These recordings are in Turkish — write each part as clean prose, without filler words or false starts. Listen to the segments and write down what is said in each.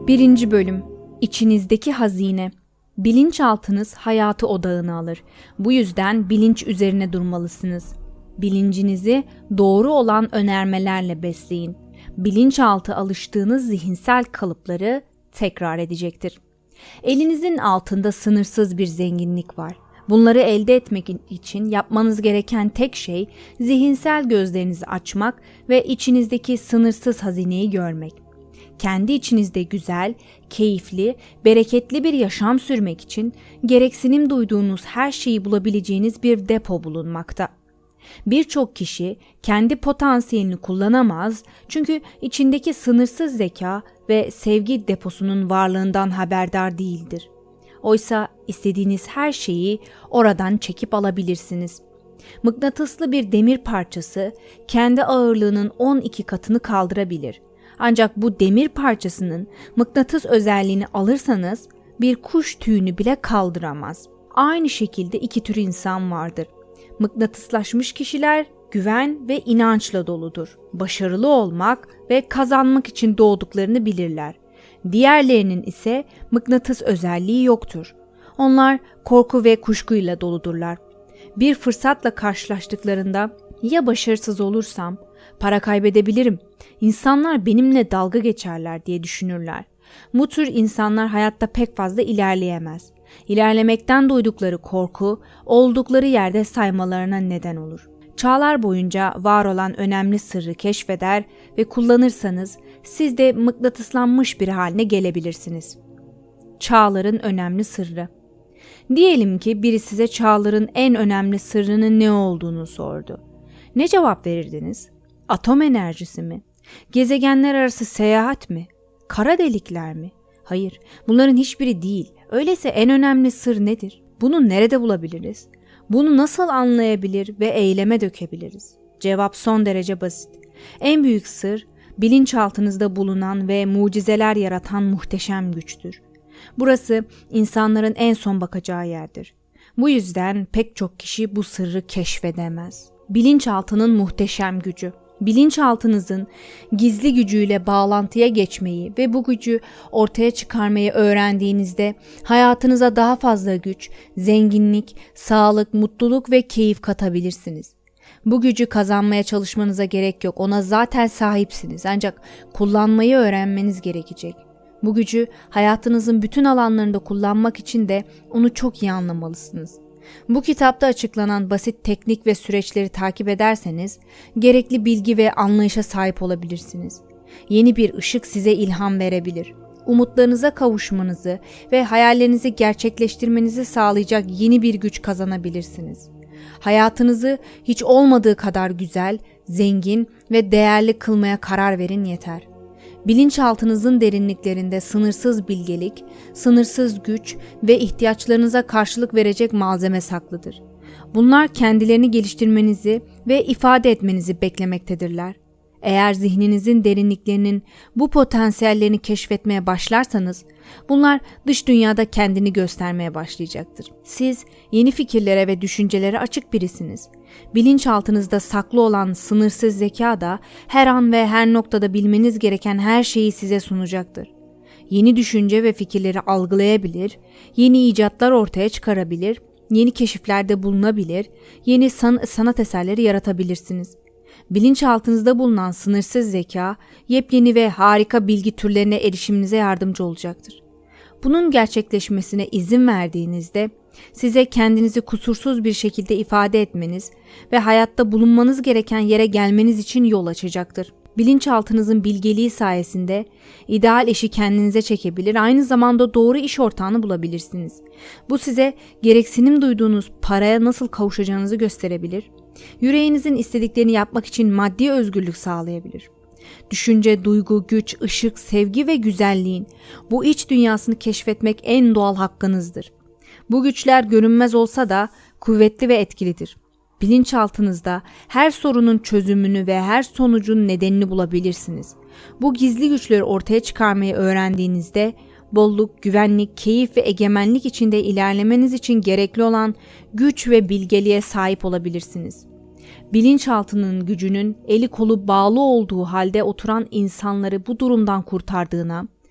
1. Bölüm. İçinizdeki hazine. Bilinçaltınız hayatı odağına alır. Bu yüzden bilinç üzerine durmalısınız. Bilincinizi doğru olan önermelerle besleyin. Bilinçaltı alıştığınız zihinsel kalıpları tekrar edecektir. Elinizin altında sınırsız bir zenginlik var. Bunları elde etmek için yapmanız gereken tek şey zihinsel gözlerinizi açmak ve içinizdeki sınırsız hazineyi görmek. Kendi içinizde güzel, keyifli, bereketli bir yaşam sürmek için gereksinim duyduğunuz her şeyi bulabileceğiniz bir depo bulunmakta. Birçok kişi kendi potansiyelini kullanamaz çünkü içindeki sınırsız zeka ve sevgi deposunun varlığından haberdar değildir. Oysa istediğiniz her şeyi oradan çekip alabilirsiniz. Mıknatıslı bir demir parçası kendi ağırlığının 12 katını kaldırabilir. Ancak bu demir parçasının mıknatıs özelliğini alırsanız bir kuş tüyünü bile kaldıramaz. Aynı şekilde iki tür insan vardır. Mıknatıslaşmış kişiler güven ve inançla doludur. Başarılı olmak ve kazanmak için doğduklarını bilirler. Diğerlerinin ise mıknatıs özelliği yoktur. Onlar korku ve kuşkuyla doludurlar. Bir fırsatla karşılaştıklarında ya başarısız olursam, para kaybedebilirim, insanlar benimle dalga geçerler diye düşünürler. Bu tür insanlar hayatta pek fazla ilerleyemez. İlerlemekten duydukları korku, oldukları yerde saymalarına neden olur. Çağlar boyunca var olan önemli sırrı keşfeder ve kullanırsanız siz de mıknatıslanmış bir haline gelebilirsiniz. Çağların önemli sırrı. Diyelim ki biri size çağların en önemli sırrının ne olduğunu sordu. Ne cevap verirdiniz? Atom enerjisi mi? Gezegenler arası seyahat mi? Kara delikler mi? Hayır, bunların hiçbiri değil. Öyleyse en önemli sır nedir? Bunu nerede bulabiliriz? Bunu nasıl anlayabilir ve eyleme dökebiliriz? Cevap son derece basit. En büyük sır, bilinçaltınızda bulunan ve mucizeler yaratan muhteşem güçtür. Burası insanların en son bakacağı yerdir. Bu yüzden pek çok kişi bu sırrı keşfedemez. Bilinçaltının muhteşem gücü. Bilinçaltınızın gizli gücüyle bağlantıya geçmeyi ve bu gücü ortaya çıkarmayı öğrendiğinizde hayatınıza daha fazla güç, zenginlik, sağlık, mutluluk ve keyif katabilirsiniz. Bu gücü kazanmaya çalışmanıza gerek yok. Ona zaten sahipsiniz. Ancak kullanmayı öğrenmeniz gerekecek. Bu gücü hayatınızın bütün alanlarında kullanmak için de onu çok iyi anlamalısınız. Bu kitapta açıklanan basit teknik ve süreçleri takip ederseniz gerekli bilgi ve anlayışa sahip olabilirsiniz. Yeni bir ışık size ilham verebilir. Umutlarınıza kavuşmanızı ve hayallerinizi gerçekleştirmenizi sağlayacak yeni bir güç kazanabilirsiniz. Hayatınızı hiç olmadığı kadar güzel, zengin ve değerli kılmaya karar verin yeter. Bilinçaltınızın derinliklerinde sınırsız bilgelik, sınırsız güç ve ihtiyaçlarınıza karşılık verecek malzeme saklıdır. Bunlar kendilerini geliştirmenizi ve ifade etmenizi beklemektedirler. Eğer zihninizin derinliklerinin bu potansiyellerini keşfetmeye başlarsanız, bunlar dış dünyada kendini göstermeye başlayacaktır. Siz yeni fikirlere ve düşüncelere açık birisiniz. Bilinçaltınızda saklı olan sınırsız zeka da her an ve her noktada bilmeniz gereken her şeyi size sunacaktır. Yeni düşünce ve fikirleri algılayabilir, yeni icatlar ortaya çıkarabilir, yeni keşiflerde bulunabilir, yeni sanat eserleri yaratabilirsiniz. Bilinçaltınızda bulunan sınırsız zeka, yepyeni ve harika bilgi türlerine erişiminize yardımcı olacaktır. Bunun gerçekleşmesine izin verdiğinizde, size kendinizi kusursuz bir şekilde ifade etmeniz ve hayatta bulunmanız gereken yere gelmeniz için yol açacaktır. Bilinçaltınızın bilgeliği sayesinde ideal eşi kendinize çekebilir, aynı zamanda doğru iş ortağını bulabilirsiniz. Bu size gereksinim duyduğunuz paraya nasıl kavuşacağınızı gösterebilir. Yüreğinizin istediklerini yapmak için maddi özgürlük sağlayabilir. Düşünce, duygu, güç, ışık, sevgi ve güzelliğin bu iç dünyasını keşfetmek en doğal hakkınızdır. Bu güçler görünmez olsa da kuvvetli ve etkilidir. Bilinçaltınızda her sorunun çözümünü ve her sonucun nedenini bulabilirsiniz. Bu gizli güçleri ortaya çıkarmayı öğrendiğinizde bolluk, güvenlik, keyif ve egemenlik içinde ilerlemeniz için gerekli olan güç ve bilgeliğe sahip olabilirsiniz. Bilinçaltının gücünün eli kolu bağlı olduğu halde oturan insanları bu durumdan kurtardığına,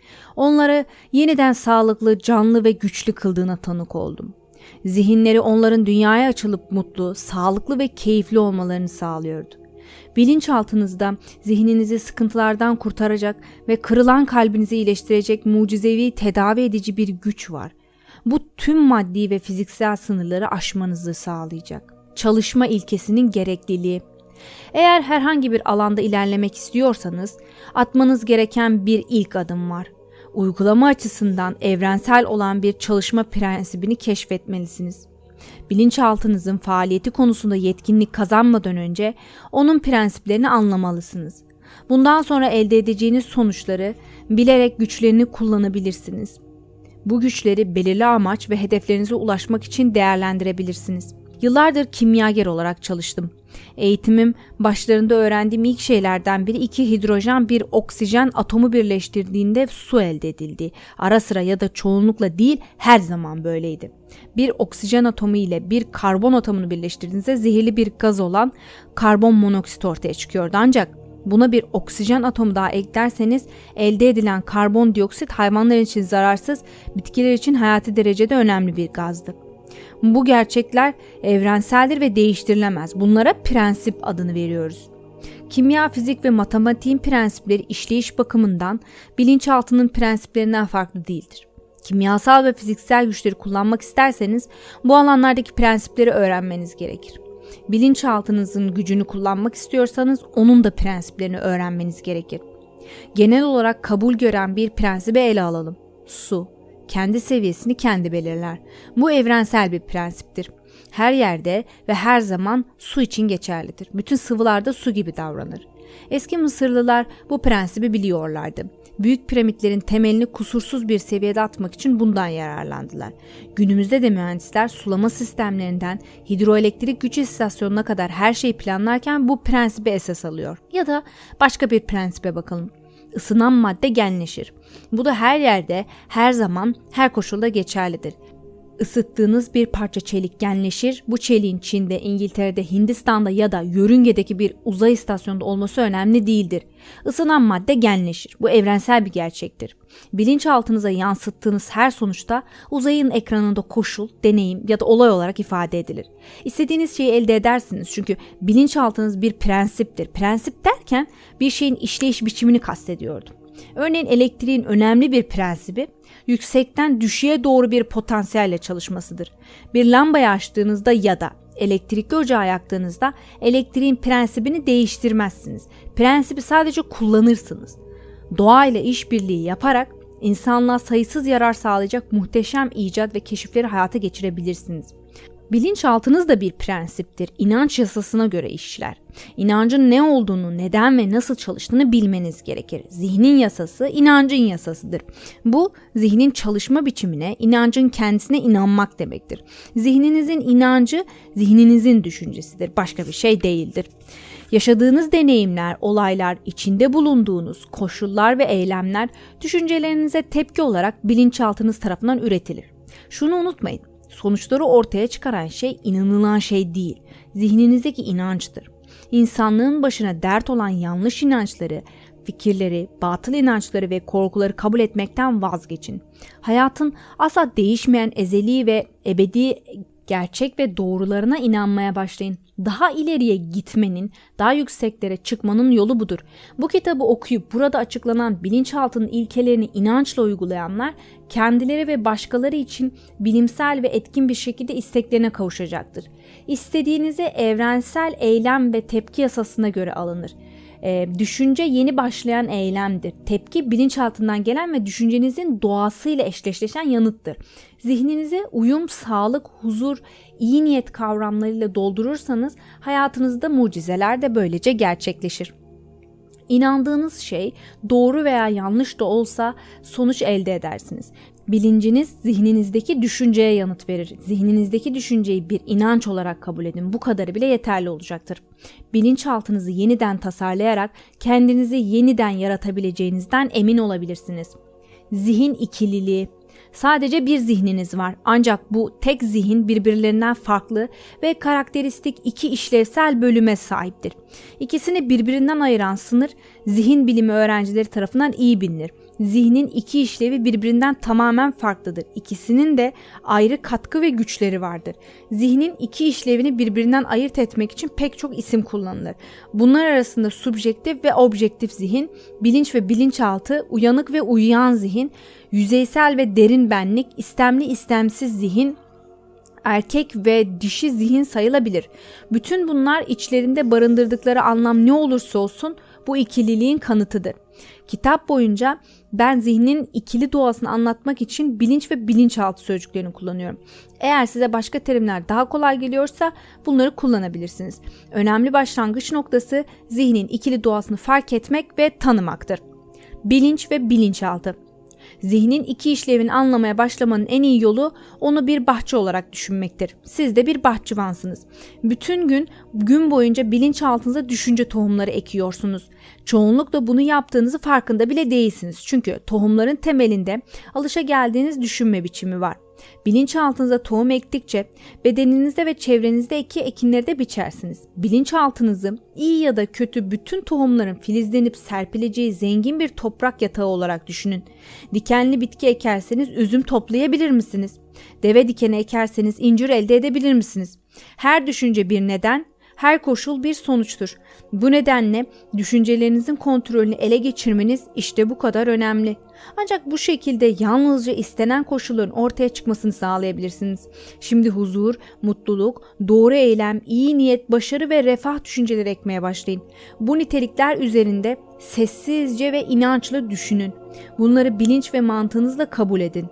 Onları yeniden sağlıklı, canlı ve güçlü kıldığına tanık oldum. Zihinleri onların dünyaya açılıp mutlu, sağlıklı ve keyifli olmalarını sağlıyordu. Bilinçaltınızda zihninizi sıkıntılardan kurtaracak ve kırılan kalbinizi iyileştirecek mucizevi tedavi edici bir güç var. Bu tüm maddi ve fiziksel sınırları aşmanızı sağlayacak. Çalışma ilkesinin gerekliliği. Eğer herhangi bir alanda ilerlemek istiyorsanız atmanız gereken bir ilk adım var. Uygulama açısından evrensel olan bir çalışma prensibini keşfetmelisiniz. Bilinçaltınızın faaliyeti konusunda yetkinlik kazanmadan önce onun prensiplerini anlamalısınız. Bundan sonra elde edeceğiniz sonuçları bilerek güçlerini kullanabilirsiniz. Bu güçleri belirli amaç ve hedeflerinize ulaşmak için değerlendirebilirsiniz. Yıllardır kimyager olarak çalıştım. Eğitimim başlarında öğrendiğim ilk şeylerden biri 2 hidrojen bir oksijen atomu birleştirdiğinde su elde edildi. Ara sıra ya da çoğunlukla değil, her zaman böyleydi. Bir oksijen atomu ile bir karbon atomunu birleştirdiğinizde zehirli bir gaz olan karbon monoksit ortaya çıkıyordu. Ancak buna bir oksijen atomu daha eklerseniz elde edilen karbondioksit hayvanlar için zararsız, bitkiler için hayati derecede önemli bir gazdı. Bu gerçekler evrenseldir ve değiştirilemez. Bunlara prensip adını veriyoruz. Kimya, fizik ve matematiğin prensipleri işleyiş bakımından bilinçaltının prensiplerinden farklı değildir. Kimyasal ve fiziksel güçleri kullanmak isterseniz bu alanlardaki prensipleri öğrenmeniz gerekir. Bilinçaltınızın gücünü kullanmak istiyorsanız onun da prensiplerini öğrenmeniz gerekir. Genel olarak kabul gören bir prensibi ele alalım. Su kendi seviyesini kendi belirler. Bu evrensel bir prensiptir. Her yerde ve her zaman su için geçerlidir. Bütün sıvılarda su gibi davranır. Eski Mısırlılar bu prensibi biliyorlardı. Büyük piramitlerin temelini kusursuz bir seviyede atmak için bundan yararlandılar. Günümüzde de mühendisler sulama sistemlerinden hidroelektrik güç istasyonuna kadar her şeyi planlarken bu prensibi esas alıyor. Ya da başka bir prensibe bakalım. Isınan madde genleşir. Bu da her yerde, her zaman, her koşulda geçerlidir. Isıttığınız bir parça çelik genleşir. Bu çeliğin Çin'de, İngiltere'de, Hindistan'da ya da yörüngedeki bir uzay istasyonunda olması önemli değildir. Isınan madde genleşir. Bu evrensel bir gerçektir. Bilinçaltınıza yansıttığınız her sonuçta uzayın ekranında koşul, deneyim ya da olay olarak ifade edilir. İstediğiniz şeyi elde edersiniz çünkü bilinçaltınız bir prensiptir. Prensip derken bir şeyin işleyiş biçimini kastediyordum. Örneğin elektriğin önemli bir prensibi yüksekten düşüğe doğru bir potansiyelle çalışmasıdır. Bir lambayı açtığınızda ya da elektrikli ocağı yaktığınızda elektriğin prensibini değiştirmezsiniz. Prensibi sadece kullanırsınız. Doğayla işbirliği yaparak insanlığa sayısız yarar sağlayacak muhteşem icat ve keşifleri hayata geçirebilirsiniz. Bilinçaltınız da bir prensiptir. İnanç yasasına göre işler. İnancın ne olduğunu, neden ve nasıl çalıştığını bilmeniz gerekir. Zihnin yasası, inancın yasasıdır. Bu, zihnin çalışma biçimine, inancın kendisine inanmak demektir. Zihninizin inancı, zihninizin düşüncesidir. Başka bir şey değildir. Yaşadığınız deneyimler, olaylar, içinde bulunduğunuz koşullar ve eylemler düşüncelerinize tepki olarak bilinçaltınız tarafından üretilir. Şunu unutmayın. Sonuçları ortaya çıkaran şey inanılan şey değil, zihninizdeki inançtır. İnsanlığın başına dert olan yanlış inançları, fikirleri, batıl inançları ve korkuları kabul etmekten vazgeçin. Hayatın asla değişmeyen ezeli ve ebedi gerçek ve doğrularına inanmaya başlayın. Daha ileriye gitmenin, daha yükseklere çıkmanın yolu budur. Bu kitabı okuyup burada açıklanan bilinçaltının ilkelerini inançla uygulayanlar kendileri ve başkaları için bilimsel ve etkin bir şekilde isteklerine kavuşacaktır. İstediğinizi evrensel eylem ve tepki yasasına göre alınır. Düşünce yeni başlayan eylemdir. Tepki bilinçaltından gelen ve düşüncenizin doğasıyla eşleşen yanıttır. Zihninizi uyum, sağlık, huzur, iyi niyet kavramlarıyla doldurursanız hayatınızda mucizeler de böylece gerçekleşir. İnandığınız şey doğru veya yanlış da olsa sonuç elde edersiniz. Bilinciniz zihninizdeki düşünceye yanıt verir. Zihninizdeki düşünceyi bir inanç olarak kabul edin. Bu kadarı bile yeterli olacaktır. Bilinçaltınızı yeniden tasarlayarak kendinizi yeniden yaratabileceğinizden emin olabilirsiniz. Zihin ikililiği. Sadece bir zihniniz var. Ancak bu tek zihin birbirlerinden farklı ve karakteristik iki işlevsel bölüme sahiptir. İkisini birbirinden ayıran sınır zihin bilimi öğrencileri tarafından iyi bilinir. Zihnin iki işlevi birbirinden tamamen farklıdır. İkisinin de ayrı katkı ve güçleri vardır. Zihnin iki işlevini birbirinden ayırt etmek için pek çok isim kullanılır. Bunlar arasında subjektif ve objektif zihin, bilinç ve bilinçaltı, uyanık ve uyuyan zihin, yüzeysel ve derin benlik, istemli istemsiz zihin, erkek ve dişi zihin sayılabilir. Bütün bunlar içlerinde barındırdıkları anlam ne olursa olsun bu ikililiğin kanıtıdır. Kitap boyunca ben zihnin ikili doğasını anlatmak için bilinç ve bilinçaltı sözcüklerini kullanıyorum. Eğer size başka terimler daha kolay geliyorsa bunları kullanabilirsiniz. Önemli başlangıç noktası zihnin ikili doğasını fark etmek ve tanımaktır. Bilinç ve bilinçaltı. Zihnin iki işlevini anlamaya başlamanın en iyi yolu onu bir bahçe olarak düşünmektir. Siz de bir bahçıvansınız. Bütün gün boyunca bilinçaltınıza düşünce tohumları ekiyorsunuz. Çoğunlukla bunu yaptığınızı farkında bile değilsiniz. Çünkü tohumların temelinde alışageldiğiniz düşünme biçimi var. Bilinçaltınıza tohum ektikçe bedeninizde ve çevrenizdeki ekinleri de biçersiniz. Bilinçaltınızı iyi ya da kötü bütün tohumların filizlenip serpileceği zengin bir toprak yatağı olarak düşünün. Dikenli bitki ekerseniz üzüm toplayabilir misiniz? Deve dikeni ekerseniz incir elde edebilir misiniz? Her düşünce bir neden, her koşul bir sonuçtur. Bu nedenle düşüncelerinizin kontrolünü ele geçirmeniz işte bu kadar önemli. Ancak bu şekilde yalnızca istenen koşulların ortaya çıkmasını sağlayabilirsiniz. Şimdi huzur, mutluluk, doğru eylem, iyi niyet, başarı ve refah düşünceleri ekmeye başlayın. Bu nitelikler üzerinde sessizce ve inançla düşünün. Bunları bilinç ve mantığınızla kabul edin.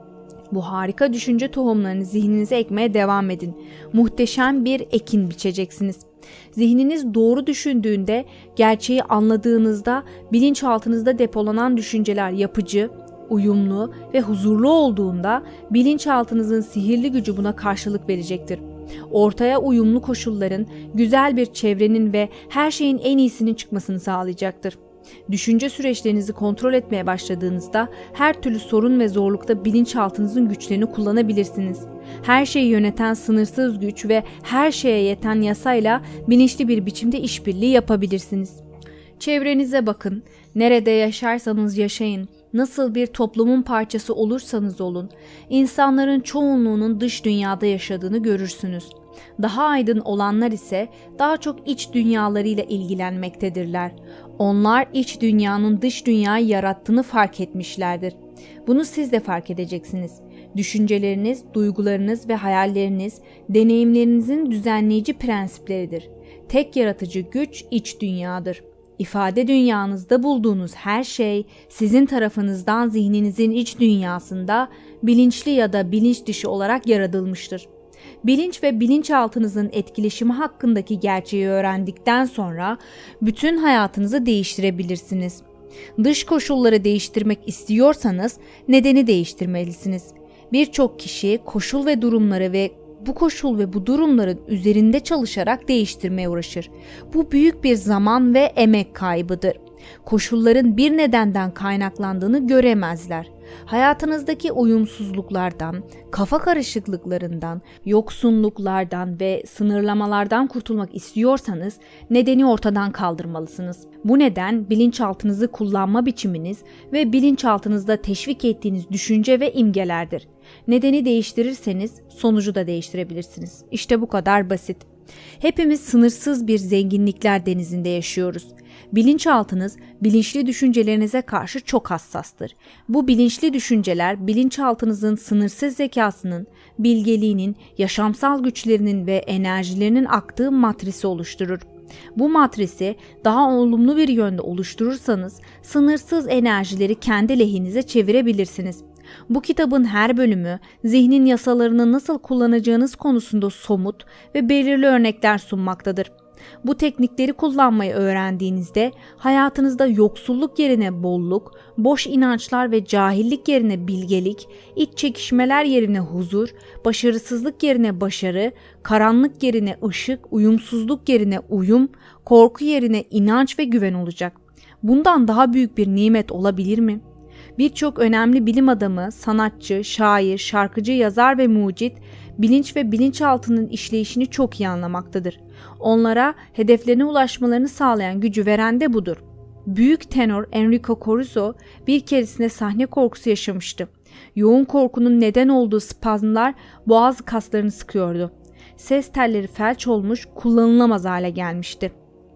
Bu harika düşünce tohumlarını zihninize ekmeye devam edin. Muhteşem bir ekin biçeceksiniz. Zihniniz doğru düşündüğünde, gerçeği anladığınızda bilinçaltınızda depolanan düşünceler yapıcı, uyumlu ve huzurlu olduğunda bilinçaltınızın sihirli gücü buna karşılık verecektir. Ortaya uyumlu koşulların, güzel bir çevrenin ve her şeyin en iyisinin çıkmasını sağlayacaktır. Düşünce süreçlerinizi kontrol etmeye başladığınızda her türlü sorun ve zorlukta bilinçaltınızın güçlerini kullanabilirsiniz. Her şeyi yöneten sınırsız güç ve her şeye yeten yasayla bilinçli bir biçimde işbirliği yapabilirsiniz. Çevrenize bakın. Nerede yaşarsanız yaşayın. Nasıl bir toplumun parçası olursanız olun. İnsanların çoğunluğunun dış dünyada yaşadığını görürsünüz. Daha aydın olanlar ise daha çok iç dünyalarıyla ilgilenmektedirler. Onlar iç dünyanın dış dünyayı yarattığını fark etmişlerdir. Bunu siz de fark edeceksiniz. Düşünceleriniz, duygularınız ve hayalleriniz deneyimlerinizin düzenleyici prensipleridir. Tek yaratıcı güç iç dünyadır. İfade dünyanızda bulduğunuz her şey sizin tarafınızdan zihninizin iç dünyasında bilinçli ya da bilinç dışı olarak yaratılmıştır. Bilinç ve bilinçaltınızın etkileşimi hakkındaki gerçeği öğrendikten sonra bütün hayatınızı değiştirebilirsiniz. Dış koşulları değiştirmek istiyorsanız nedeni değiştirmelisiniz. Birçok kişi koşul ve durumları ve bu koşul ve bu durumların üzerinde çalışarak değiştirmeye uğraşır. Bu büyük bir zaman ve emek kaybıdır. Koşulların bir nedenden kaynaklandığını göremezler. Hayatınızdaki uyumsuzluklardan, kafa karışıklıklarından, yoksunluklardan ve sınırlamalardan kurtulmak istiyorsanız nedeni ortadan kaldırmalısınız. Bu neden bilinçaltınızı kullanma biçiminiz ve bilinçaltınızda teşvik ettiğiniz düşünce ve imgelerdir. Nedeni değiştirirseniz sonucu da değiştirebilirsiniz. İşte bu kadar basit. Hepimiz sınırsız bir zenginlikler denizinde yaşıyoruz. Bilinçaltınız bilinçli düşüncelerinize karşı çok hassastır. Bu bilinçli düşünceler bilinçaltınızın sınırsız zekasının, bilgeliğinin, yaşamsal güçlerinin ve enerjilerinin aktığı matrisi oluşturur. Bu matrisi daha olumlu bir yönde oluşturursanız sınırsız enerjileri kendi lehinize çevirebilirsiniz. Bu kitabın her bölümü zihnin yasalarını nasıl kullanacağınız konusunda somut ve belirli örnekler sunmaktadır. Bu teknikleri kullanmayı öğrendiğinizde hayatınızda yoksulluk yerine bolluk, boş inançlar ve cahillik yerine bilgelik, iç çekişmeler yerine huzur, başarısızlık yerine başarı, karanlık yerine ışık, uyumsuzluk yerine uyum, korku yerine inanç ve güven olacak. Bundan daha büyük bir nimet olabilir mi? Birçok önemli bilim adamı, sanatçı, şair, şarkıcı, yazar ve mucit bilinç ve bilinçaltının işleyişini çok iyi anlamaktadır. Onlara hedeflerine ulaşmalarını sağlayan gücü veren de budur. Büyük tenor Enrico Caruso bir keresinde sahne korkusu yaşamıştı. Yoğun korkunun neden olduğu spazmlar boğaz kaslarını sıkıyordu. Ses telleri felç olmuş, kullanılamaz hale gelmişti.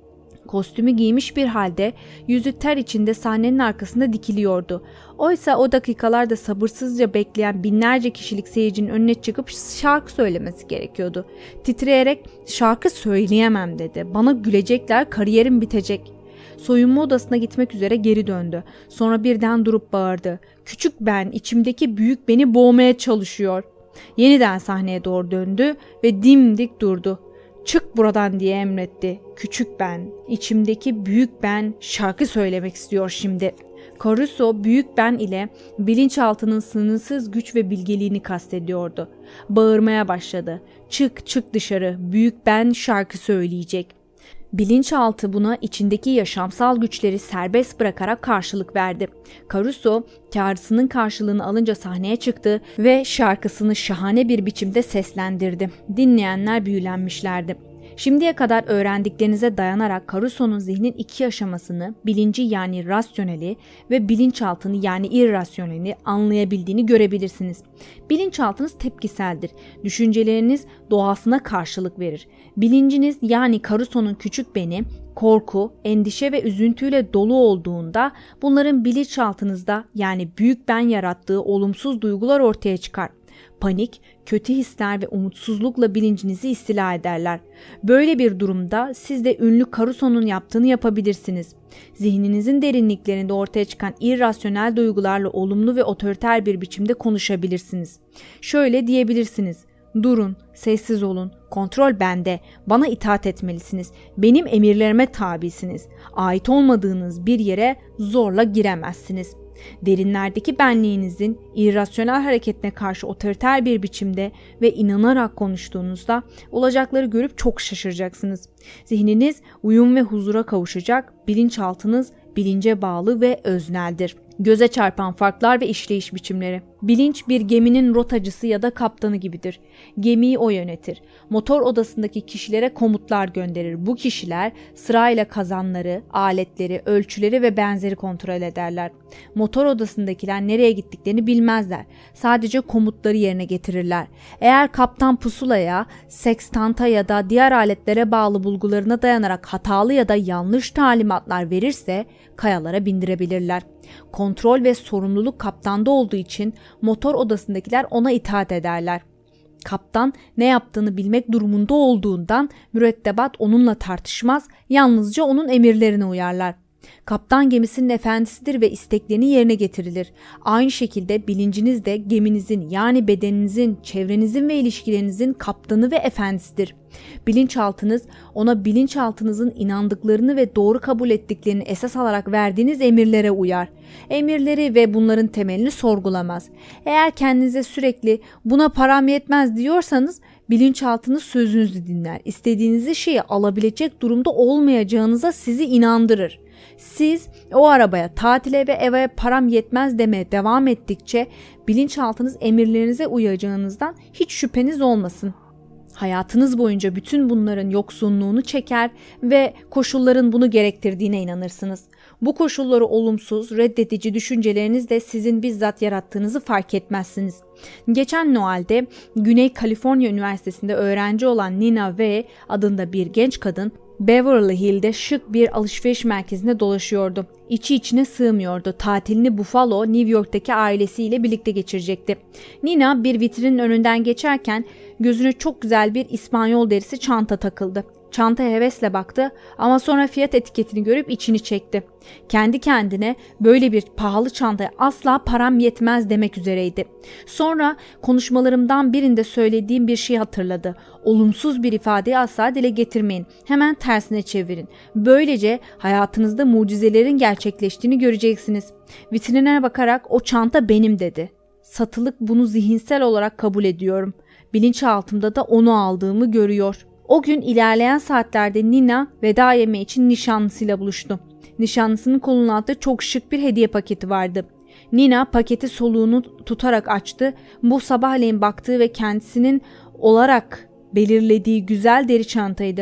Kostümü giymiş bir halde yüzü ter içinde sahnenin arkasında dikiliyordu. Oysa o dakikalarda sabırsızca bekleyen binlerce kişilik seyircinin önüne çıkıp şarkı söylemesi gerekiyordu. Titreyerek "Şarkı söyleyemem" dedi. "Bana gülecekler, kariyerim bitecek." Soyunma odasına gitmek üzere geri döndü. Sonra birden durup bağırdı. "Küçük ben, içimdeki büyük beni boğmaya çalışıyor." Yeniden sahneye doğru döndü ve dimdik durdu. "Çık buradan" diye emretti. "Küçük ben, içimdeki büyük ben şarkı söylemek istiyor şimdi." Caruso büyük ben ile bilinçaltının sınırsız güç ve bilgeliğini kastediyordu. Bağırmaya başladı. "Çık, çık dışarı, büyük ben şarkı söyleyecek." Bilinçaltı buna içindeki yaşamsal güçleri serbest bırakarak karşılık verdi. Caruso çağrısının karşılığını alınca sahneye çıktı ve şarkısını şahane bir biçimde seslendirdi. Dinleyenler büyülenmişlerdi. Şimdiye kadar öğrendiklerinize dayanarak Caruso'nun zihnin iki aşamasını, bilinci yani rasyoneli ve bilinçaltını yani irrasyoneli anlayabildiğini görebilirsiniz. Bilinçaltınız tepkiseldir. Düşünceleriniz doğasına karşılık verir. Bilinciniz yani Caruso'nun küçük beni, korku, endişe ve üzüntüyle dolu olduğunda bunların bilinçaltınızda yani büyük ben yarattığı olumsuz duygular ortaya çıkar. Panik, kötü hisler ve umutsuzlukla bilincinizi istila ederler. Böyle bir durumda siz de ünlü Caruso'nun yaptığını yapabilirsiniz. Zihninizin derinliklerinde ortaya çıkan irrasyonel duygularla olumlu ve otoriter bir biçimde konuşabilirsiniz. Şöyle diyebilirsiniz: "Durun, sessiz olun, kontrol bende, bana itaat etmelisiniz, benim emirlerime tabisiniz, ait olmadığınız bir yere zorla giremezsiniz." Derinlerdeki benliğinizin irrasyonel hareketine karşı otoriter bir biçimde ve inanarak konuştuğunuzda olacakları görüp çok şaşıracaksınız. Zihniniz uyum ve huzura kavuşacak, bilinçaltınız bilince bağlı ve özneldir. Göze çarpan farklar ve işleyiş biçimleri. Bilinç bir geminin rotacısı ya da kaptanı gibidir. Gemiyi o yönetir. Motor odasındaki kişilere komutlar gönderir. Bu kişiler sırayla kazanları, aletleri, ölçüleri ve benzeri kontrol ederler. Motor odasındakiler nereye gittiklerini bilmezler. Sadece komutları yerine getirirler. Eğer kaptan pusulaya, sekstanta ya da diğer aletlere bağlı bulgularına dayanarak hatalı ya da yanlış talimatlar verirse kayalara bindirebilirler. Kontrol ve sorumluluk kaptanda olduğu için motor odasındakiler ona itaat ederler. Kaptan ne yaptığını bilmek durumunda olduğundan mürettebat onunla tartışmaz, yalnızca onun emirlerine uyarlar. Kaptan gemisinin efendisidir ve isteklerini yerine getirilir. Aynı şekilde bilinciniz de geminizin yani bedeninizin, çevrenizin ve ilişkilerinizin kaptanı ve efendisidir. Bilinçaltınız ona bilinçaltınızın inandıklarını ve doğru kabul ettiklerini esas alarak verdiğiniz emirlere uyar. Emirleri ve bunların temelini sorgulamaz. Eğer kendinize sürekli "buna param yetmez" diyorsanız bilinçaltınız sözünüzü dinler. İstediğiniz şeyi alabilecek durumda olmayacağınıza sizi inandırır. Siz o arabaya, tatile ve eve param yetmez demeye devam ettikçe bilinçaltınız emirlerinize uyacağınızdan hiç şüpheniz olmasın. Hayatınız boyunca bütün bunların yoksunluğunu çeker ve koşulların bunu gerektirdiğine inanırsınız. Bu koşulları olumsuz, reddedici düşünceleriniz de sizin bizzat yarattığınızı fark etmezsiniz. Geçen Noel'de Güney Kaliforniya Üniversitesi'nde öğrenci olan Nina V adında bir genç kadın Beverly Hill'de şık bir alışveriş merkezinde dolaşıyordu. İçi içine sığmıyordu. Tatilini Buffalo, New York'taki ailesiyle birlikte geçirecekti. Nina bir vitrinin önünden geçerken gözüne çok güzel bir İspanyol derisi çanta takıldı. Çantaya hevesle baktı ama sonra fiyat etiketini görüp içini çekti. Kendi kendine böyle bir pahalı çantaya asla param yetmez demek üzereydi. Sonra konuşmalarımdan birinde söylediğim bir şey hatırladı. Olumsuz bir ifadeyi asla dile getirmeyin. Hemen tersine çevirin. Böylece hayatınızda mucizelerin gerçekleştiğini göreceksiniz. Vitrinine bakarak "o çanta benim" dedi. Satılık bunu zihinsel olarak kabul ediyorum. Bilinçaltımda da onu aldığımı görüyor. O gün ilerleyen saatlerde Nina veda yemeği için nişanlısıyla buluştu. Nişanlısının kolunun altında çok şık bir hediye paketi vardı. Nina paketi soluğunu tutarak açtı. Bu sabahleyin baktığı ve kendisinin olarak belirlediği güzel deri çantaydı.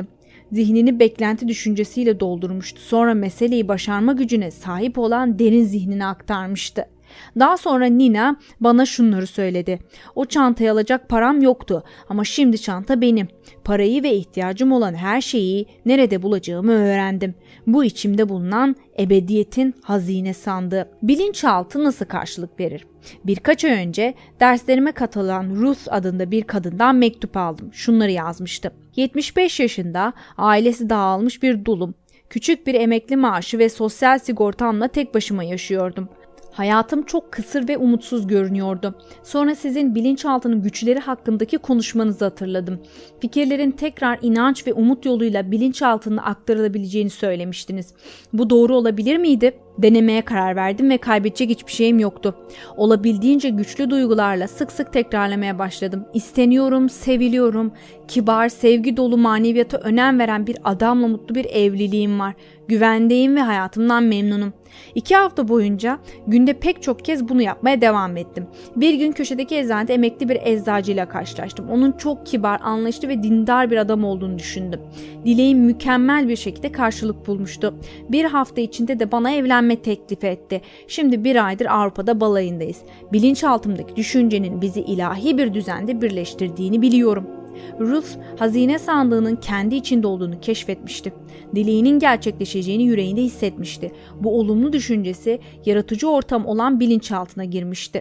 Zihnini beklenti düşüncesiyle doldurmuştu. Sonra meseleyi başarma gücüne sahip olan derin zihnine aktarmıştı. Daha sonra Nina bana şunları söyledi. O çantayı alacak param yoktu ama şimdi çanta benim. Parayı ve ihtiyacım olan her şeyi nerede bulacağımı öğrendim. Bu içimde bulunan ebediyetin hazine sandığı. Bilinçaltı nasıl karşılık verir? Birkaç ay önce derslerime katılan Ruth adında bir kadından mektup aldım. Şunları yazmıştı. 75 yaşında, ailesi dağılmış bir dulum. Küçük bir emekli maaşı ve sosyal sigortamla tek başıma yaşıyordum. Hayatım çok kısır ve umutsuz görünüyordu. Sonra sizin bilinçaltının güçleri hakkındaki konuşmanızı hatırladım. Fikirlerin tekrar inanç ve umut yoluyla bilinçaltına aktarılabileceğini söylemiştiniz. Bu doğru olabilir miydi? Denemeye karar verdim ve kaybedecek hiçbir şeyim yoktu. Olabildiğince güçlü duygularla sık sık tekrarlamaya başladım. İsteniyorum, seviliyorum, kibar, sevgi dolu maneviyata önem veren bir adamla mutlu bir evliliğim var. Güvendeyim ve hayatımdan memnunum. 2 hafta boyunca günde pek çok kez bunu yapmaya devam ettim. Bir gün köşedeki eczanede emekli bir eczacıyla karşılaştım. Onun çok kibar, anlayışlı ve dindar bir adam olduğunu düşündüm. Dileğim mükemmel bir şekilde karşılık bulmuştu. Bir hafta içinde de bana evlenme teklifi etti. Şimdi 1 aydır Avrupa'da balayındayız. Bilinçaltımdaki düşüncenin bizi ilahi bir düzende birleştirdiğini biliyorum. Ruth, hazine sandığının kendi içinde olduğunu keşfetmişti. Dileğinin gerçekleşeceğini yüreğinde hissetmişti. Bu olumlu düşüncesi yaratıcı ortam olan bilinçaltına girmişti.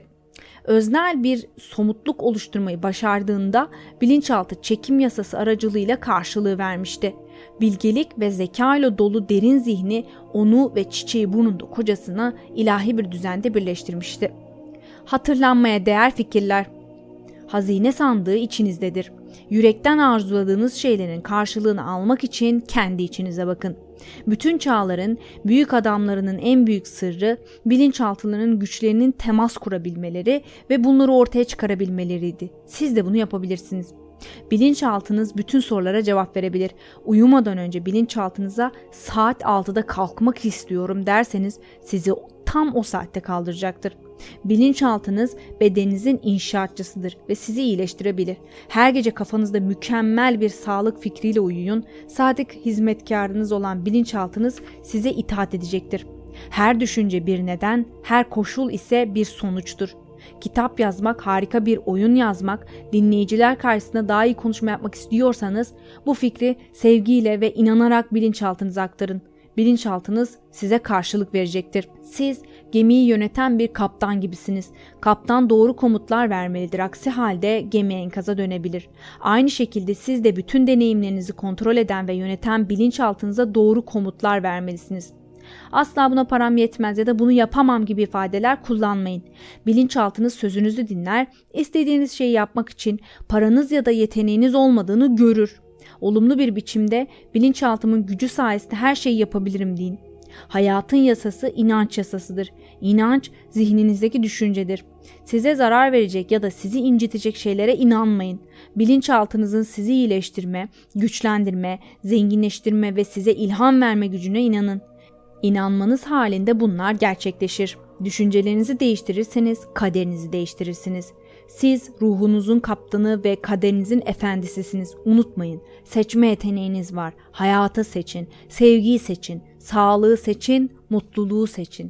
Öznel bir somutluk oluşturmayı başardığında bilinçaltı çekim yasası aracılığıyla karşılığı vermişti. Bilgelik ve zeka ile dolu derin zihni onu ve çiçeği burnunda kocasına ilahi bir düzende birleştirmişti. Hatırlanmaya değer fikirler. Hazine sandığı içinizdedir. Yürekten arzuladığınız şeylerin karşılığını almak için kendi içinize bakın. Bütün çağların büyük adamlarının en büyük sırrı bilinçaltılarının güçlerinin temas kurabilmeleri ve bunları ortaya çıkarabilmeleriydi. Siz de bunu yapabilirsiniz. Bilinçaltınız bütün sorulara cevap verebilir. Uyumadan önce bilinçaltınıza saat 6'da kalkmak istiyorum derseniz sizi tam o saatte kaldıracaktır. Bilinçaltınız bedeninizin inşaatçısıdır ve sizi iyileştirebilir. Her gece kafanızda mükemmel bir sağlık fikriyle uyuyun. Sadık hizmetkarınız olan bilinçaltınız size itaat edecektir. Her düşünce bir neden, her koşul ise bir sonuçtur. Kitap yazmak, harika bir oyun yazmak, dinleyiciler karşısında daha iyi konuşma yapmak istiyorsanız bu fikri sevgiyle ve inanarak bilinçaltınıza aktarın. Bilinçaltınız size karşılık verecektir. Siz gemiyi yöneten bir kaptan gibisiniz. Kaptan doğru komutlar vermelidir. Aksi halde gemi enkaza dönebilir. Aynı şekilde siz de bütün deneyimlerinizi kontrol eden ve yöneten bilinçaltınıza doğru komutlar vermelisiniz. Asla buna param yetmez ya da bunu yapamam gibi ifadeler kullanmayın. Bilinçaltınız sözünüzü dinler, istediğiniz şeyi yapmak için paranız ya da yeteneğiniz olmadığını görür. Olumlu bir biçimde bilinçaltımın gücü sayesinde her şeyi yapabilirim deyin. Hayatın yasası inanç yasasıdır. İnanç zihninizdeki düşüncedir. Size zarar verecek ya da sizi incitecek şeylere inanmayın. Bilinçaltınızın sizi iyileştirme, güçlendirme, zenginleştirme ve size ilham verme gücüne inanın. İnanmanız halinde bunlar gerçekleşir. Düşüncelerinizi değiştirirseniz kaderinizi değiştirirsiniz. Siz ruhunuzun kaptanı ve kaderinizin efendisisiniz. Unutmayın. Seçme yeteneğiniz var. Hayatı seçin, sevgiyi seçin, sağlığı seçin, mutluluğu seçin.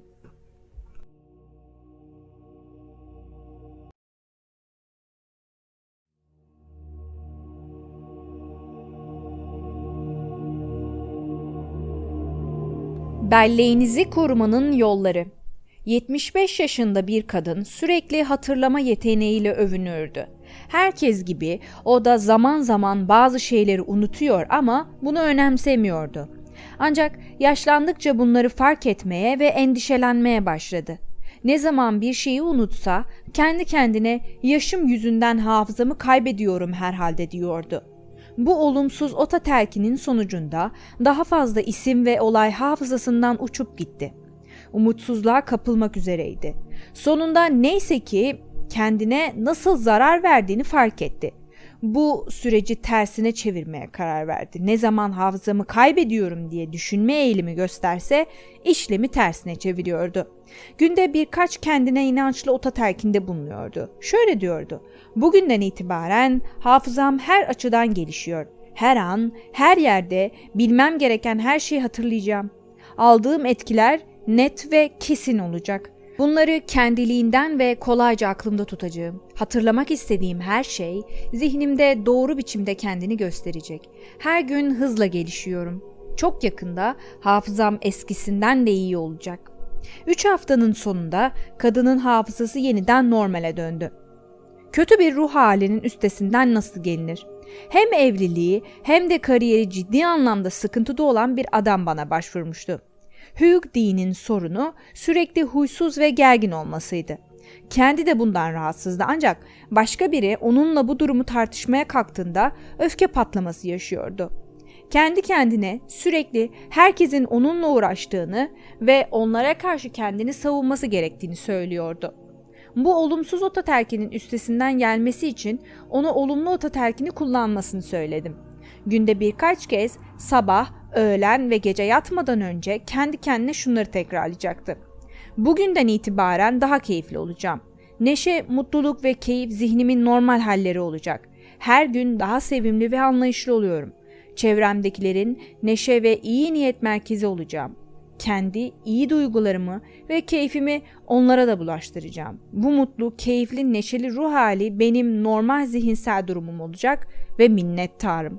Belleğinizi korumanın yolları. 75 yaşında bir kadın sürekli hatırlama yeteneğiyle övünürdü. Herkes gibi o da zaman zaman bazı şeyleri unutuyor ama bunu önemsemiyordu. Ancak yaşlandıkça bunları fark etmeye ve endişelenmeye başladı. Ne zaman bir şeyi unutsa kendi kendine yaşım yüzünden hafızamı kaybediyorum herhalde diyordu. Bu olumsuz otatelkinin sonucunda daha fazla isim ve olay hafızasından uçup gitti. Umutsuzluğa kapılmak üzereydi. Sonunda neyse ki kendine nasıl zarar verdiğini fark etti. Bu süreci tersine çevirmeye karar verdi. Ne zaman hafızamı kaybediyorum diye düşünme eğilimi gösterse işlemi tersine çeviriyordu. Günde birkaç kendine inançlı otatelkinde bulunuyordu. Şöyle diyordu: bugünden itibaren hafızam her açıdan gelişiyor. Her an, her yerde bilmem gereken her şeyi hatırlayacağım. Aldığım etkiler net ve kesin olacak. Bunları kendiliğinden ve kolayca aklımda tutacağım. Hatırlamak istediğim her şey zihnimde doğru biçimde kendini gösterecek. Her gün hızla gelişiyorum. Çok yakında hafızam eskisinden de iyi olacak. 3 haftanın sonunda kadının hafızası yeniden normale döndü. Kötü bir ruh halinin üstesinden nasıl gelinir? Hem evliliği hem de kariyeri ciddi anlamda sıkıntıda olan bir adam bana başvurmuştu. Hugh Dean'in sorunu sürekli huysuz ve gergin olmasıydı. Kendi de bundan rahatsızdı ancak başka biri onunla bu durumu tartışmaya kalktığında öfke patlaması yaşıyordu. Kendi kendine sürekli herkesin onunla uğraştığını ve onlara karşı kendini savunması gerektiğini söylüyordu. Bu olumsuz ototelkinin üstesinden gelmesi için ona olumlu ototelkini kullanmasını söyledim. Günde birkaç kez sabah, öğlen ve gece yatmadan önce kendi kendine şunları tekrarlayacaktı. Bugünden itibaren daha keyifli olacağım. Neşe, mutluluk ve keyif zihnimin normal halleri olacak. Her gün daha sevimli ve anlayışlı oluyorum. Çevremdekilerin neşe ve iyi niyet merkezi olacağım. Kendi iyi duygularımı ve keyfimi onlara da bulaştıracağım. Bu mutlu, keyifli, neşeli ruh hali benim normal zihinsel durumum olacak ve minnettarım.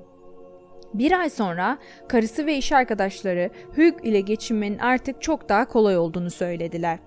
Bir ay sonra karısı ve iş arkadaşları Hugh ile geçinmenin artık çok daha kolay olduğunu söylediler.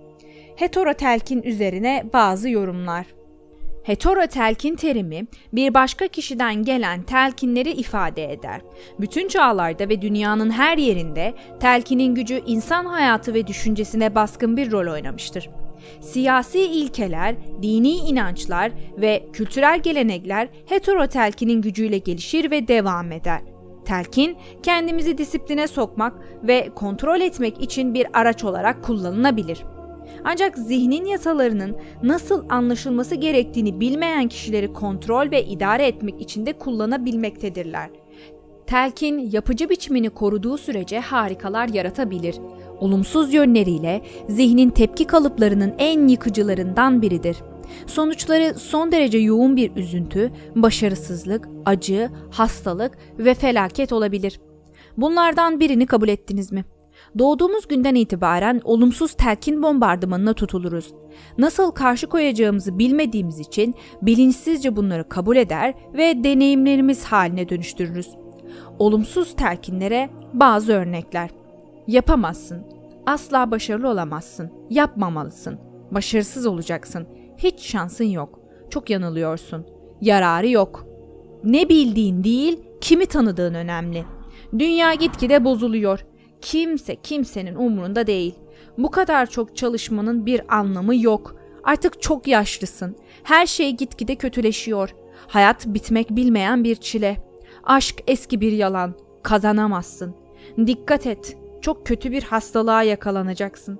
Heterotelkin üzerine bazı yorumlar. Heterotelkin terimi bir başka kişiden gelen telkinleri ifade eder. Bütün çağlarda ve dünyanın her yerinde telkinin gücü insan hayatı ve düşüncesine baskın bir rol oynamıştır. Siyasi ilkeler, dini inançlar ve kültürel gelenekler heterotelkinin gücüyle gelişir ve devam eder. Telkin, kendimizi disipline sokmak ve kontrol etmek için bir araç olarak kullanılabilir. Ancak zihnin yasalarının nasıl anlaşılması gerektiğini bilmeyen kişileri kontrol ve idare etmek için de kullanabilmektedirler. Telkin, yapıcı biçimini koruduğu sürece harikalar yaratabilir. Olumsuz yönleriyle zihnin tepki kalıplarının en yıkıcılarından biridir. Sonuçları son derece yoğun bir üzüntü, başarısızlık, acı, hastalık ve felaket olabilir. Bunlardan birini kabul ettiniz mi? Doğduğumuz günden itibaren olumsuz telkin bombardımanına tutuluruz. Nasıl karşı koyacağımızı bilmediğimiz için bilinçsizce bunları kabul eder ve deneyimlerimiz haline dönüştürürüz. Olumsuz telkinlere bazı örnekler. Yapamazsın, asla başarılı olamazsın, yapmamalısın, başarısız olacaksın, hiç şansın yok, çok yanılıyorsun, yararı yok. Ne bildiğin değil, kimi tanıdığın önemli. Dünya gitgide bozuluyor. Kimse kimsenin umurunda değil. Bu kadar çok çalışmanın bir anlamı yok. Artık çok yaşlısın. Her şey gitgide kötüleşiyor. Hayat bitmek bilmeyen bir çile. Aşk eski bir yalan. Kazanamazsın. Dikkat et. Çok kötü bir hastalığa yakalanacaksın.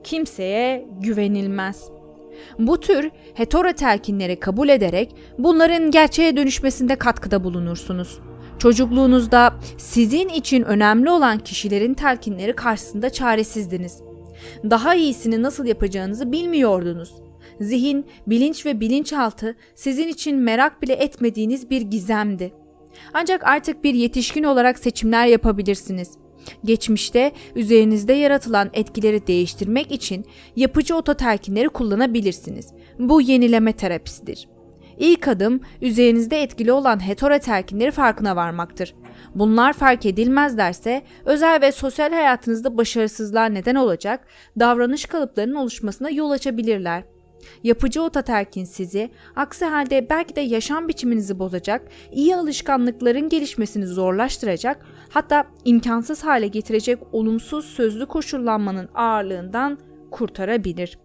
Kimseye güvenilmez. Bu tür heterotelkinleri kabul ederek bunların gerçeğe dönüşmesinde katkıda bulunursunuz. Çocukluğunuzda sizin için önemli olan kişilerin telkinleri karşısında çaresizdiniz. Daha iyisini nasıl yapacağınızı bilmiyordunuz. Zihin, bilinç ve bilinçaltı sizin için merak bile etmediğiniz bir gizemdi. Ancak artık bir yetişkin olarak seçimler yapabilirsiniz. Geçmişte üzerinizde yaratılan etkileri değiştirmek için yapıcı ototelkinleri kullanabilirsiniz. Bu yenileme terapisidir. İlk adım üzerinizde etkili olan heterotelkinleri farkına varmaktır. Bunlar fark edilmezlerse özel ve sosyal hayatınızda başarısızlığa neden olacak davranış kalıplarının oluşmasına yol açabilirler. Yapıcı ototelkin sizi, aksi halde belki de yaşam biçiminizi bozacak, iyi alışkanlıkların gelişmesini zorlaştıracak, hatta imkansız hale getirecek olumsuz sözlü koşullanmanın ağırlığından kurtarabilir.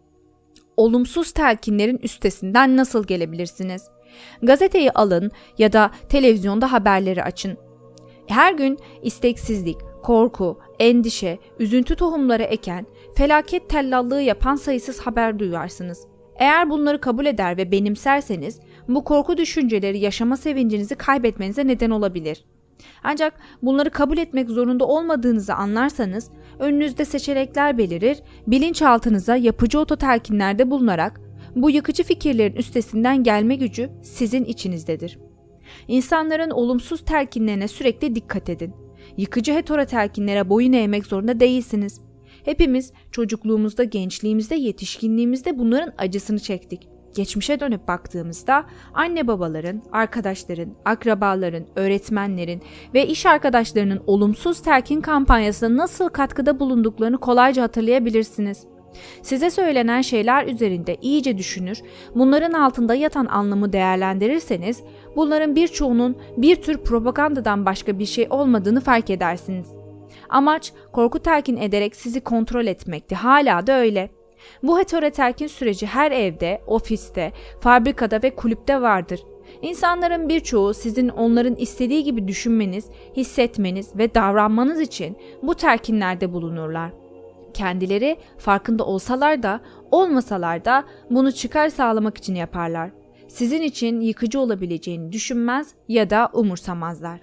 Olumsuz telkinlerin üstesinden nasıl gelebilirsiniz? Gazeteyi alın ya da televizyonda haberleri açın. Her gün isteksizlik, korku, endişe, üzüntü tohumları eken, felaket tellallığı yapan sayısız haber duyarsınız. Eğer bunları kabul eder ve benimserseniz, bu korku düşünceleri yaşama sevincinizi kaybetmenize neden olabilir. Ancak bunları kabul etmek zorunda olmadığınızı anlarsanız, önünüzde seçenekler belirir, bilinçaltınıza yapıcı ototelkinlerde bulunarak bu yıkıcı fikirlerin üstesinden gelme gücü sizin içinizdedir. İnsanların olumsuz telkinlerine sürekli dikkat edin. Yıkıcı heterotelkinlere boyun eğmek zorunda değilsiniz. Hepimiz çocukluğumuzda, gençliğimizde, yetişkinliğimizde bunların acısını çektik. Geçmişe dönüp baktığımızda anne babaların, arkadaşların, akrabaların, öğretmenlerin ve iş arkadaşlarının olumsuz telkin kampanyasına nasıl katkıda bulunduklarını kolayca hatırlayabilirsiniz. Size söylenen şeyler üzerinde iyice düşünür, bunların altında yatan anlamı değerlendirirseniz, bunların birçoğunun bir tür propagandadan başka bir şey olmadığını fark edersiniz. Amaç korku telkin ederek sizi kontrol etmekti, hala da öyle. Bu heterotelkin süreci her evde, ofiste, fabrikada ve kulüpte vardır. İnsanların birçoğu sizin onların istediği gibi düşünmeniz, hissetmeniz ve davranmanız için bu telkinlerde bulunurlar. Kendileri farkında olsalar da olmasalar da bunu çıkar sağlamak için yaparlar. Sizin için yıkıcı olabileceğini düşünmez ya da umursamazlar.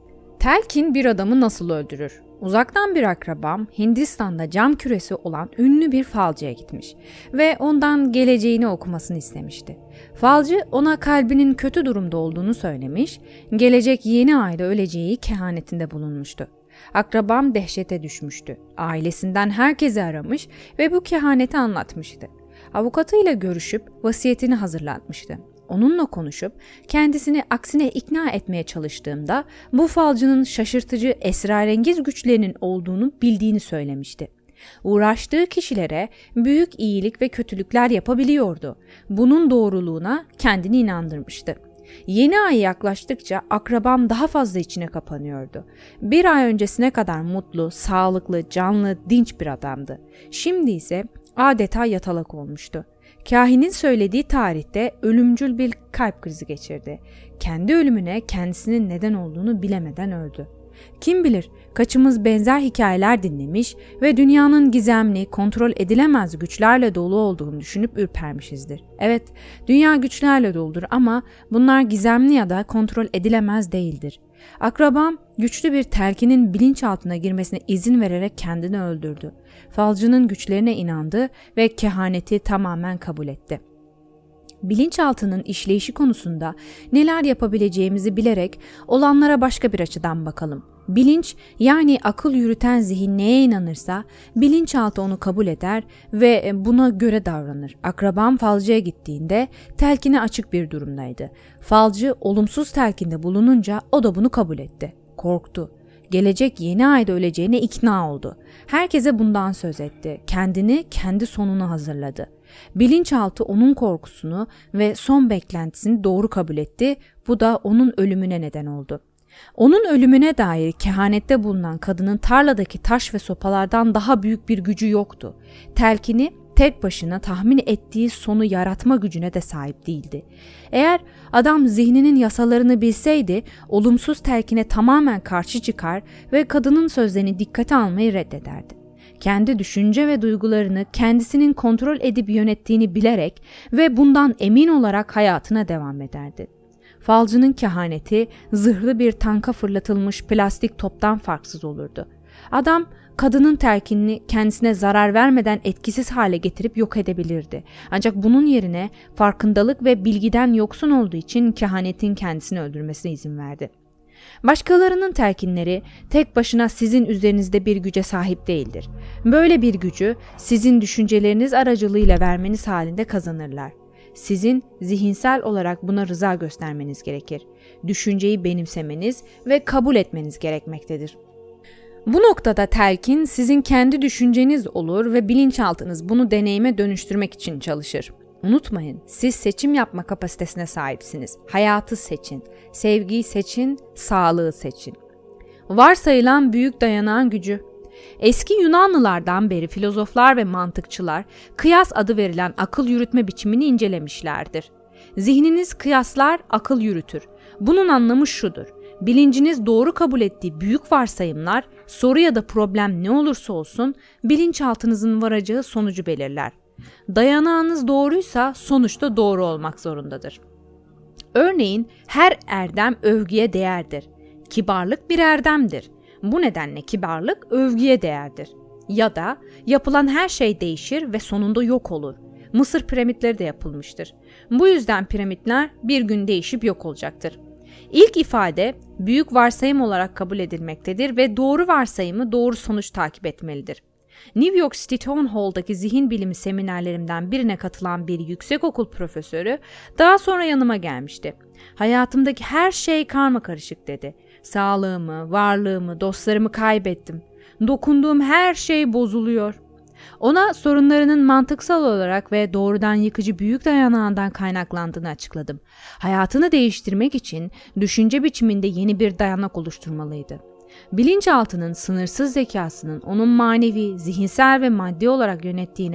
Telkin bir adamı nasıl öldürür? Uzaktan bir akrabam Hindistan'da cam küresi olan ünlü bir falcıya gitmiş ve ondan geleceğini okumasını istemişti. Falcı ona kalbinin kötü durumda olduğunu söylemiş, gelecek yeni ayda öleceği kehanetinde bulunmuştu. Akrabam dehşete düşmüştü. Ailesinden herkesi aramış ve bu kehaneti anlatmıştı. Avukatıyla görüşüp vasiyetini hazırlatmıştı. Onunla konuşup kendisini aksine ikna etmeye çalıştığımda bu falcının şaşırtıcı, esrarengiz güçlerinin olduğunu bildiğini söylemişti. Uğraştığı kişilere büyük iyilik ve kötülükler yapabiliyordu. Bunun doğruluğuna kendini inandırmıştı. Yeni ay yaklaştıkça akrabam daha fazla içine kapanıyordu. Bir ay öncesine kadar mutlu, sağlıklı, canlı, dinç bir adamdı. Şimdi ise adeta yatalak olmuştu. Kahinin söylediği tarihte ölümcül bir kalp krizi geçirdi. Kendi ölümüne kendisinin neden olduğunu bilemeden öldü. Kim bilir kaçımız benzer hikayeler dinlemiş ve dünyanın gizemli, kontrol edilemez güçlerle dolu olduğunu düşünüp ürpermişizdir. Evet, dünya güçlerle doludur ama bunlar gizemli ya da kontrol edilemez değildir. Akrabam güçlü bir telkinin bilinçaltına girmesine izin vererek kendini öldürdü. Falcının güçlerine inandı ve kehaneti tamamen kabul etti. Bilinçaltının işleyişi konusunda neler yapabileceğimizi bilerek olanlara başka bir açıdan bakalım. Bilinç, yani akıl yürüten zihin neye inanırsa bilinçaltı onu kabul eder ve buna göre davranır. Akrabam falcıya gittiğinde telkine açık bir durumdaydı. Falcı olumsuz telkinde bulununca o da bunu kabul etti. Korktu. Gelecek yeni ayda öleceğine ikna oldu. Herkese bundan söz etti. Kendini kendi sonuna hazırladı. Bilinçaltı onun korkusunu ve son beklentisini doğru kabul etti. Bu da onun ölümüne neden oldu. Onun ölümüne dair kehanette bulunan kadının tarladaki taş ve sopalardan daha büyük bir gücü yoktu. Telkini tek başına tahmin ettiği sonu yaratma gücüne de sahip değildi. Eğer adam zihninin yasalarını bilseydi, olumsuz telkine tamamen karşı çıkar ve kadının sözlerini dikkate almayı reddederdi. Kendi düşünce ve duygularını kendisinin kontrol edip yönettiğini bilerek ve bundan emin olarak hayatına devam ederdi. Falcının kehaneti zırhlı bir tanka fırlatılmış plastik toptan farksız olurdu. Adam kadının telkinini kendisine zarar vermeden etkisiz hale getirip yok edebilirdi. Ancak bunun yerine farkındalık ve bilgiden yoksun olduğu için kehanetin kendisini öldürmesine izin verdi. Başkalarının telkinleri tek başına sizin üzerinizde bir güce sahip değildir. Böyle bir gücü sizin düşünceleriniz aracılığıyla vermeniz halinde kazanırlar. Sizin zihinsel olarak buna rıza göstermeniz gerekir. Düşünceyi benimsemeniz ve kabul etmeniz gerekmektedir. Bu noktada telkin sizin kendi düşünceniz olur ve bilinçaltınız bunu deneyime dönüştürmek için çalışır. Unutmayın, siz seçim yapma kapasitesine sahipsiniz. Hayatı seçin, sevgiyi seçin, sağlığı seçin. Varsayılan büyük dayanağın gücü. Eski Yunanlılardan beri filozoflar ve mantıkçılar kıyas adı verilen akıl yürütme biçimini incelemişlerdir. Zihniniz kıyaslar, akıl yürütür. Bunun anlamı şudur: bilinciniz doğru kabul ettiği büyük varsayımlar, soru ya da problem ne olursa olsun bilinçaltınızın varacağı sonucu belirler. Dayanağınız doğruysa sonuçta doğru olmak zorundadır. Örneğin her erdem övgüye değerdir. Kibarlık bir erdemdir. Bu nedenle kibarlık övgüye değerdir. Ya da yapılan her şey değişir ve sonunda yok olur. Mısır piramitleri de yapılmıştır. Bu yüzden piramitler bir gün değişip yok olacaktır. İlk ifade büyük varsayım olarak kabul edilmektedir ve doğru varsayımı doğru sonuç takip etmelidir. New York City Town Hall'daki zihin bilimi seminerlerimden birine katılan bir yüksekokul profesörü daha sonra yanıma gelmişti. Hayatımdaki her şey karmakarışık dedi. Sağlığımı, varlığımı, dostlarımı kaybettim. Dokunduğum her şey bozuluyor. Ona sorunlarının mantıksal olarak ve doğrudan yıkıcı büyük dayanağından kaynaklandığını açıkladım. Hayatını değiştirmek için düşünce biçiminde yeni bir dayanak oluşturmalıydı. Bilinçaltının sınırsız zekasının onun manevi, zihinsel ve maddi olarak